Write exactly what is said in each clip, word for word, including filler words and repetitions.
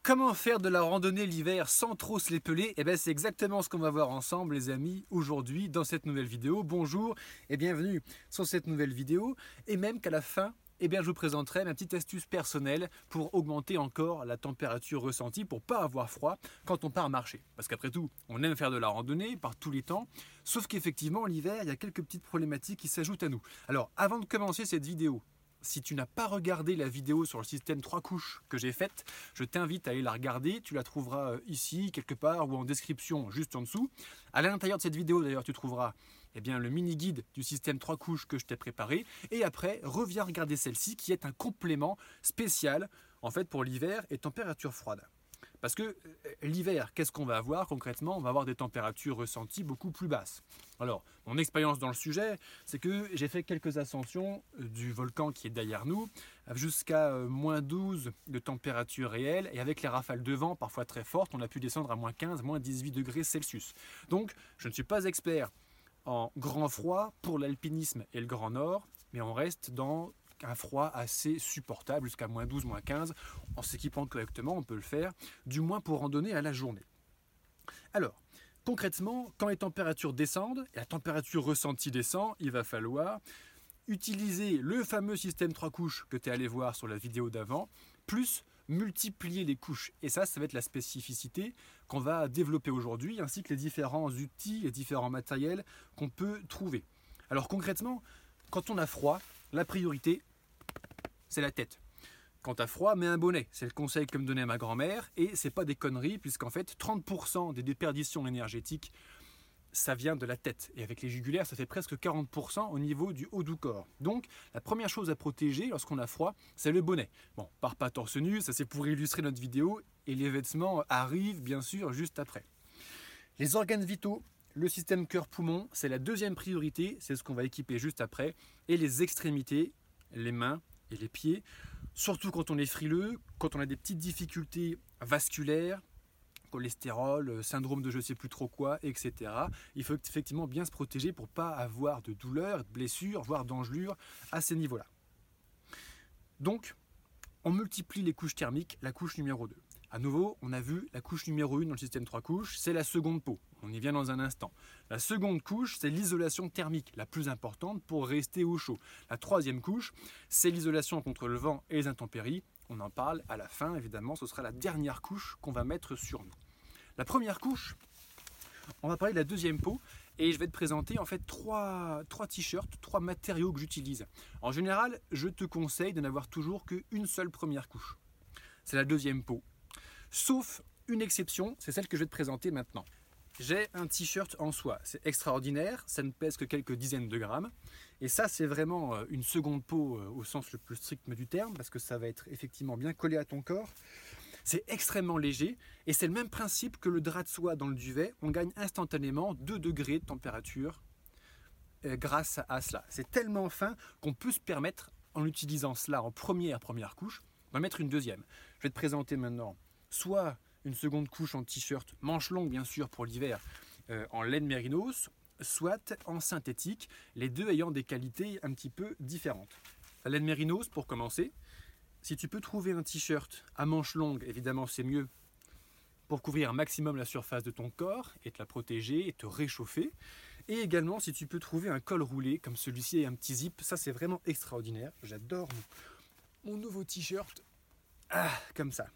Comment faire de la randonnée l'hiver sans trop se l'épeler? Eh bien, c'est exactement ce qu'on va voir ensemble, les amis, aujourd'hui dans cette nouvelle vidéo. Bonjour et bienvenue sur cette nouvelle vidéo. Et même qu'à la fin, eh bien, je vous présenterai ma petite astuce personnelle pour augmenter encore la température ressentie pour pas avoir froid quand on part marcher. Parce qu'après tout, on aime faire de la randonnée par tous les temps, sauf qu'effectivement, l'hiver, il y a quelques petites problématiques qui s'ajoutent à nous. Alors, avant de commencer cette vidéo, si tu n'as pas regardé la vidéo sur le système trois couches que j'ai faite, je t'invite à aller la regarder. Tu la trouveras ici, quelque part, ou en description, juste en dessous. À l'intérieur de cette vidéo, d'ailleurs, tu trouveras eh bien, le mini-guide du système trois couches que je t'ai préparé. Et après, reviens regarder celle-ci, qui est un complément spécial, en fait, pour l'hiver et température froide. Parce que l'hiver, qu'est-ce qu'on va avoir concrètement? On va avoir des températures ressenties beaucoup plus basses. Alors, mon expérience dans le sujet, c'est que j'ai fait quelques ascensions du volcan qui est derrière nous, jusqu'à moins douze de température réelle, et avec les rafales de vent parfois très fortes, on a pu descendre à moins quinze, moins dix-huit degrés Celsius. Donc, je ne suis pas expert en grand froid pour l'alpinisme et le grand nord, mais on reste dans un froid assez supportable jusqu'à moins douze, moins quinze. En s'équipant correctement, on peut le faire, du moins pour randonner à la journée. Alors, concrètement, quand les températures descendent, et la température ressentie descend, il va falloir utiliser le fameux système trois couches que tu es allé voir sur la vidéo d'avant, plus multiplier les couches. Et ça, ça va être la spécificité qu'on va développer aujourd'hui, ainsi que les différents outils, les différents matériels qu'on peut trouver. Alors concrètement, quand on a froid, la priorité, c'est la tête. Quand tu as froid, mets un bonnet. C'est le conseil que me donnait ma grand-mère. Et ce n'est pas des conneries, puisqu'en fait, trente pour cent des déperditions énergétiques, ça vient de la tête. Et avec les jugulaires, ça fait presque quarante pour cent au niveau du haut du corps. Donc, la première chose à protéger lorsqu'on a froid, c'est le bonnet. Bon, part pas torse nu, ça c'est pour illustrer notre vidéo. Et les vêtements arrivent, bien sûr, juste après. Les organes vitaux, le système cœur-poumon, c'est la deuxième priorité. C'est ce qu'on va équiper juste après. Et les extrémités, les mains et les pieds, surtout quand on est frileux, quand on a des petites difficultés vasculaires, cholestérol, syndrome de je ne sais plus trop quoi, et cetera. Il faut effectivement bien se protéger pour ne pas avoir de douleurs, de blessures, voire d'engelures à ces niveaux-là. Donc, on multiplie les couches thermiques, la couche numéro deux. À nouveau, on a vu la couche numéro un dans le système trois couches, c'est la seconde peau. On y vient dans un instant. La seconde couche, c'est l'isolation thermique, la plus importante pour rester au chaud. La troisième couche, c'est l'isolation contre le vent et les intempéries. On en parle à la fin, évidemment, ce sera la dernière couche qu'on va mettre sur nous. La première couche, on va parler de la deuxième peau et je vais te présenter en fait trois, trois t-shirts, trois matériaux que j'utilise. En général, je te conseille de n'avoir toujours qu'une seule première couche. C'est la deuxième peau. Sauf une exception, c'est celle que je vais te présenter maintenant. J'ai un t-shirt en soie, c'est extraordinaire, ça ne pèse que quelques dizaines de grammes. Et ça, c'est vraiment une seconde peau au sens le plus strict du terme, parce que ça va être effectivement bien collé à ton corps. C'est extrêmement léger, et c'est le même principe que le drap de soie dans le duvet. On gagne instantanément deux degrés de température grâce à cela. C'est tellement fin qu'on peut se permettre, en utilisant cela en première, première couche, d'en mettre une deuxième. Je vais te présenter maintenant soit une seconde couche en t-shirt, manche longue bien sûr pour l'hiver, euh, en laine mérinos, soit en synthétique, les deux ayant des qualités un petit peu différentes. La laine mérinos, pour commencer, si tu peux trouver un t-shirt à manche longue, évidemment c'est mieux pour couvrir un maximum la surface de ton corps et te la protéger et te réchauffer. Et également si tu peux trouver un col roulé comme celui-ci et un petit zip, ça c'est vraiment extraordinaire. J'adore mon, mon nouveau t-shirt, ah, comme ça.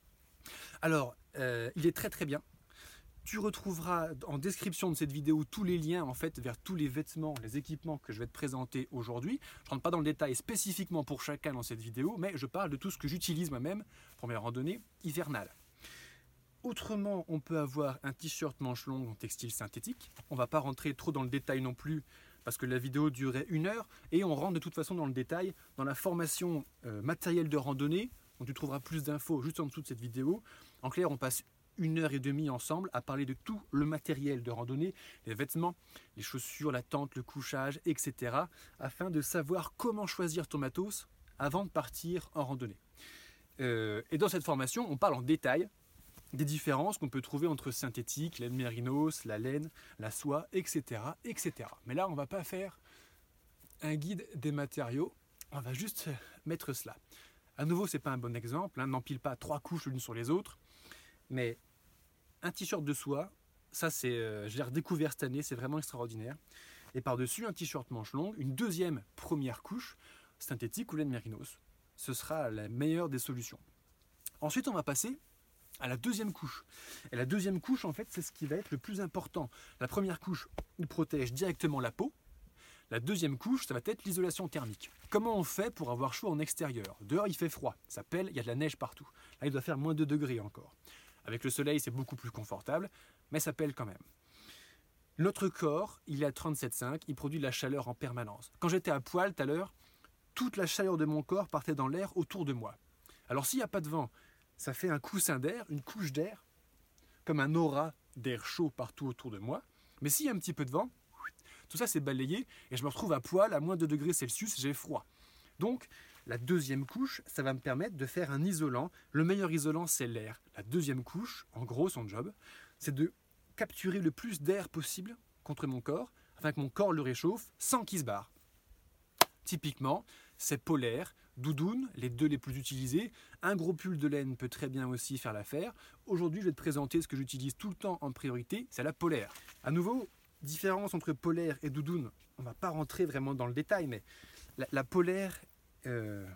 Alors, euh, il est très très bien. Tu retrouveras en description de cette vidéo tous les liens en fait vers tous les vêtements, les équipements que je vais te présenter aujourd'hui. Je ne rentre pas dans le détail spécifiquement pour chacun dans cette vidéo, mais je parle de tout ce que j'utilise moi-même pour mes randonnées hivernales. Autrement, on peut avoir un t-shirt manche longue en textile synthétique. On ne va pas rentrer trop dans le détail non plus parce que la vidéo durait une heure et on rentre de toute façon dans le détail dans la formation euh, matériel de randonnée. Donc tu trouveras plus d'infos juste en dessous de cette vidéo. En clair, on passe une heure et demie ensemble à parler de tout le matériel de randonnée, les vêtements, les chaussures, la tente, le couchage, et cetera, afin de savoir comment choisir ton matos avant de partir en randonnée. Euh, et dans cette formation, on parle en détail des différences qu'on peut trouver entre synthétique, laine mérinos, la laine, la soie, et cetera, et cetera. Mais là, on ne va pas faire un guide des matériaux, on va juste mettre cela. À nouveau, c'est pas un bon exemple, hein, n'empile pas trois couches l'une sur les autres, mais un t-shirt de soie, ça c'est, euh, je l'ai redécouvert cette année, c'est vraiment extraordinaire. Et par-dessus, un t-shirt manche longue, une deuxième première couche synthétique ou laine mérinos. Ce sera la meilleure des solutions. Ensuite, on va passer à la deuxième couche. Et la deuxième couche, en fait, c'est ce qui va être le plus important. La première couche, il protège directement la peau. La deuxième couche, ça va être l'isolation thermique. Comment on fait pour avoir chaud en extérieur? Dehors, il fait froid, ça pèle, il y a de la neige partout. Là, il doit faire moins deux degrés encore. Avec le soleil, c'est beaucoup plus confortable, mais ça pèle quand même. Notre corps, il est à trente-sept virgule cinq, il produit de la chaleur en permanence. Quand j'étais à poil tout à l'heure, toute la chaleur de mon corps partait dans l'air autour de moi. Alors s'il n'y a pas de vent, ça fait un coussin d'air, une couche d'air, comme un aura d'air chaud partout autour de moi. Mais s'il y a un petit peu de vent, tout ça c'est balayé et je me retrouve à poil à moins de deux degrés Celsius, j'ai froid. Donc la deuxième couche, ça va me permettre de faire un isolant. Le meilleur isolant, c'est l'air. La deuxième couche, en gros, son job, c'est de capturer le plus d'air possible contre mon corps, afin que mon corps le réchauffe sans qu'il se barre. Typiquement, c'est polaire, doudoune, les deux les plus utilisés. Un gros pull de laine peut très bien aussi faire l'affaire. Aujourd'hui, je vais te présenter ce que j'utilise tout le temps en priorité, c'est la polaire. À nouveau, différence entre polaire et doudoune, on ne va pas rentrer vraiment dans le détail, mais la, la polaire... Euh,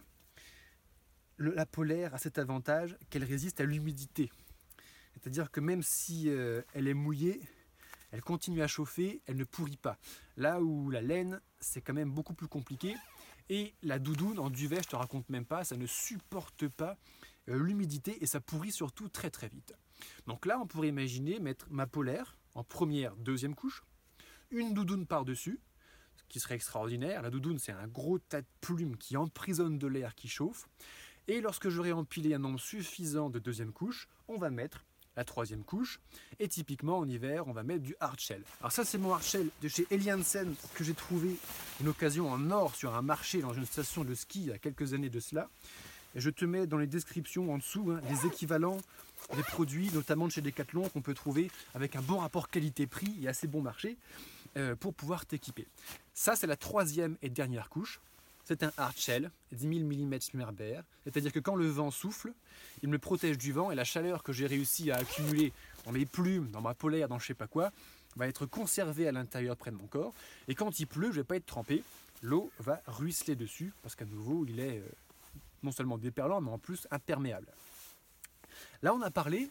le, la polaire a cet avantage qu'elle résiste à l'humidité. C'est-à-dire que même si euh, elle est mouillée, elle continue à chauffer, elle ne pourrit pas. Là où la laine, c'est quand même beaucoup plus compliqué. Et la doudoune en duvet, je te raconte même pas, ça ne supporte pas euh, l'humidité et ça pourrit surtout très très vite. Donc là, on pourrait imaginer mettre ma polaire en première, deuxième couche, une doudoune par-dessus, ce qui serait extraordinaire. La doudoune, c'est un gros tas de plumes qui emprisonne de l'air qui chauffe. Et lorsque j'aurai empilé un nombre suffisant de deuxième couche, on va mettre la troisième couche. Et typiquement en hiver, on va mettre du hard shell. Alors ça, c'est mon hard shell de chez Eliansen que j'ai trouvé une occasion en or sur un marché dans une station de ski il y a quelques années de cela. Et je te mets dans les descriptions en dessous hein, les équivalents des produits, notamment de chez Decathlon, qu'on peut trouver avec un bon rapport qualité-prix et assez bon marché euh, pour pouvoir t'équiper. Ça, c'est la troisième et dernière couche. C'est un hard shell, dix mille millimètres Smurber, c'est-à-dire que quand le vent souffle, il me protège du vent et la chaleur que j'ai réussi à accumuler dans mes plumes, dans ma polaire, dans je sais pas quoi, va être conservée à l'intérieur près de mon corps. Et quand il pleut, je ne vais pas être trempé, l'eau va ruisseler dessus parce qu'à nouveau, il est euh, non seulement déperlant, mais en plus imperméable. Là, on a parlé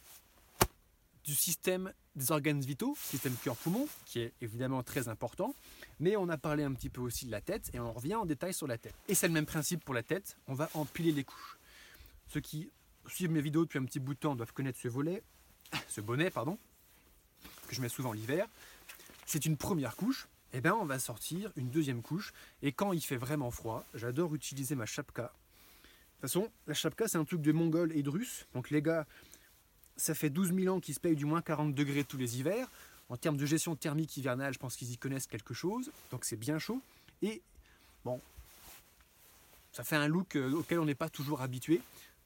du système des organes vitaux, système cœur-poumon, qui est évidemment très important, mais on a parlé un petit peu aussi de la tête, et on revient en détail sur la tête. Et c'est le même principe pour la tête, on va empiler les couches. Ceux qui suivent mes vidéos depuis un petit bout de temps doivent connaître ce volet, ce bonnet, pardon, que je mets souvent l'hiver. C'est une première couche, et bien on va sortir une deuxième couche, et quand il fait vraiment froid, j'adore utiliser ma chapka. De toute façon, la chapka, c'est un truc de mongol et de russe, donc les gars, ça fait douze mille ans qu'ils se payent du moins quarante degrés tous les hivers. En termes de gestion thermique hivernale, je pense qu'ils y connaissent quelque chose. Donc c'est bien chaud. Et bon, ça fait un look auquel on n'est pas toujours habitué.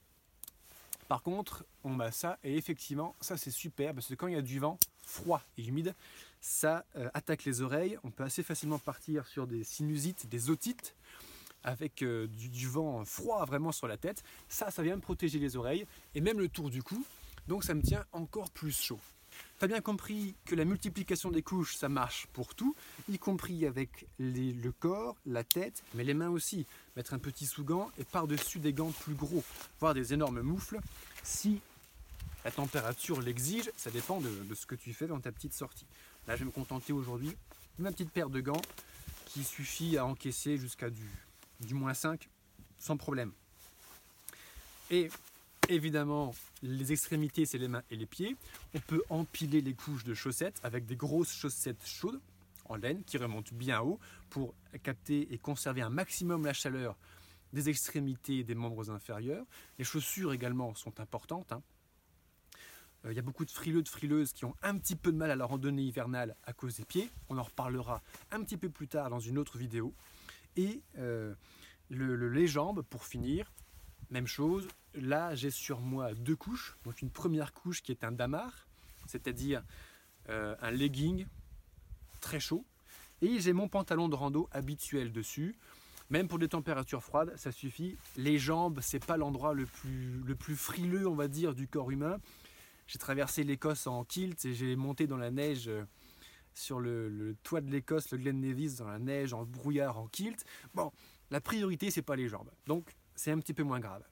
Par contre, on a ça. Et effectivement, ça c'est super. Parce que quand il y a du vent froid et humide, ça euh, attaque les oreilles. On peut assez facilement partir sur des sinusites, des otites, avec euh, du, du vent froid vraiment sur la tête. Ça, ça vient me protéger les oreilles. Et même le tour du cou. Donc ça me tient encore plus chaud. Tu as bien compris que la multiplication des couches, ça marche pour tout, y compris avec les, le corps, la tête, mais les mains aussi. Mettre un petit sous-gant et par-dessus des gants plus gros, voire des énormes moufles. Si la température l'exige, ça dépend de, de ce que tu fais dans ta petite sortie. Là, je vais me contenter aujourd'hui de ma petite paire de gants qui suffit à encaisser jusqu'à du, du moins cinq sans problème. Et évidemment, les extrémités, c'est les mains et les pieds. On peut empiler les couches de chaussettes avec des grosses chaussettes chaudes en laine qui remontent bien haut pour capter et conserver un maximum la chaleur des extrémités et des membres inférieurs. Les chaussures également sont importantes. Hein. Euh, il y a beaucoup de frileux, de frileuses qui ont un petit peu de mal à la randonnée hivernale à cause des pieds. On en reparlera un petit peu plus tard dans une autre vidéo. Et euh, le, le, les jambes, pour finir, même chose. Là, j'ai sur moi deux couches. Donc une première couche qui est un damar, c'est-à-dire euh, un legging très chaud. Et j'ai mon pantalon de rando habituel dessus. Même pour des températures froides, ça suffit. Les jambes, c'est pas l'endroit le plus, le plus frileux, on va dire, du corps humain. J'ai traversé l'Écosse en kilt et j'ai monté dans la neige sur le, le toit de l'Écosse, le Glen Nevis, dans la neige, en brouillard, en kilt. Bon, la priorité, c'est pas les jambes. Donc, c'est un petit peu moins grave.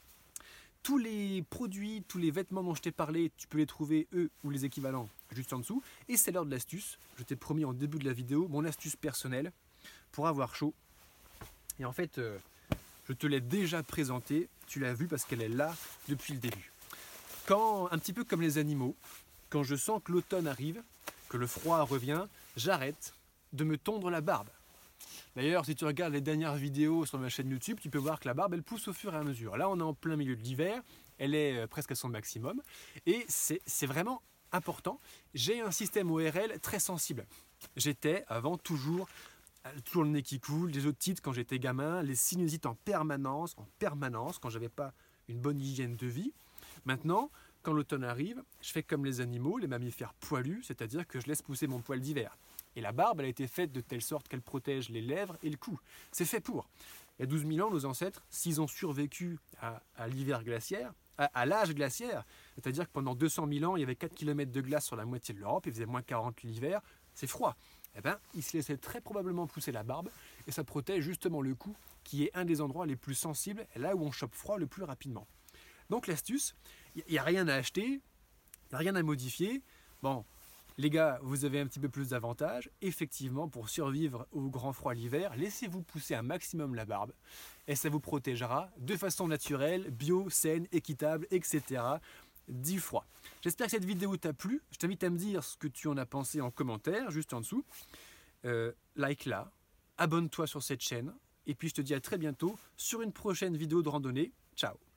Tous les produits, tous les vêtements dont je t'ai parlé, tu peux les trouver, eux, ou les équivalents, juste en dessous. Et c'est l'heure de l'astuce. Je t'ai promis en début de la vidéo, mon astuce personnelle pour avoir chaud. Et en fait, euh, je te l'ai déjà présentée. Tu l'as vue parce qu'elle est là depuis le début. Quand, un petit peu comme les animaux, quand je sens que l'automne arrive, que le froid revient, j'arrête de me tondre la barbe. D'ailleurs, si tu regardes les dernières vidéos sur ma chaîne YouTube, tu peux voir que la barbe, elle pousse au fur et à mesure. Là, on est en plein milieu de l'hiver, elle est presque à son maximum, et c'est vraiment important. J'ai un système O R L très sensible. J'étais avant toujours, toujours le nez qui coule, les otites quand j'étais gamin, les sinusites en permanence, en permanence, quand j'avais pas une bonne hygiène de vie. Maintenant, quand l'automne arrive, je fais comme les animaux, les mammifères poilus, c'est-à-dire que je laisse pousser mon poil d'hiver. Et la barbe, elle a été faite de telle sorte qu'elle protège les lèvres et le cou. C'est fait pour. Il y a douze mille ans, nos ancêtres, s'ils ont survécu à, à l'hiver glaciaire, à, à l'âge glaciaire, c'est-à-dire que pendant deux cent mille ans, il y avait quatre kilomètres de glace sur la moitié de l'Europe, il faisait moins quarante l'hiver, c'est froid. Eh bien, ils se laissaient très probablement pousser la barbe, et ça protège justement le cou, qui est un des endroits les plus sensibles, là où on chope froid le plus rapidement. Donc l'astuce, il n'y a rien à acheter, il n'y a rien à modifier. Bon, les gars, vous avez un petit peu plus d'avantages. Effectivement, pour survivre au grand froid l'hiver, laissez-vous pousser un maximum la barbe et ça vous protégera de façon naturelle, bio, saine, équitable, et cetera du froid. J'espère que cette vidéo t'a plu. Je t'invite à me dire ce que tu en as pensé en commentaire, juste en dessous. Euh, like-la, abonne-toi sur cette chaîne et puis je te dis à très bientôt sur une prochaine vidéo de randonnée. Ciao!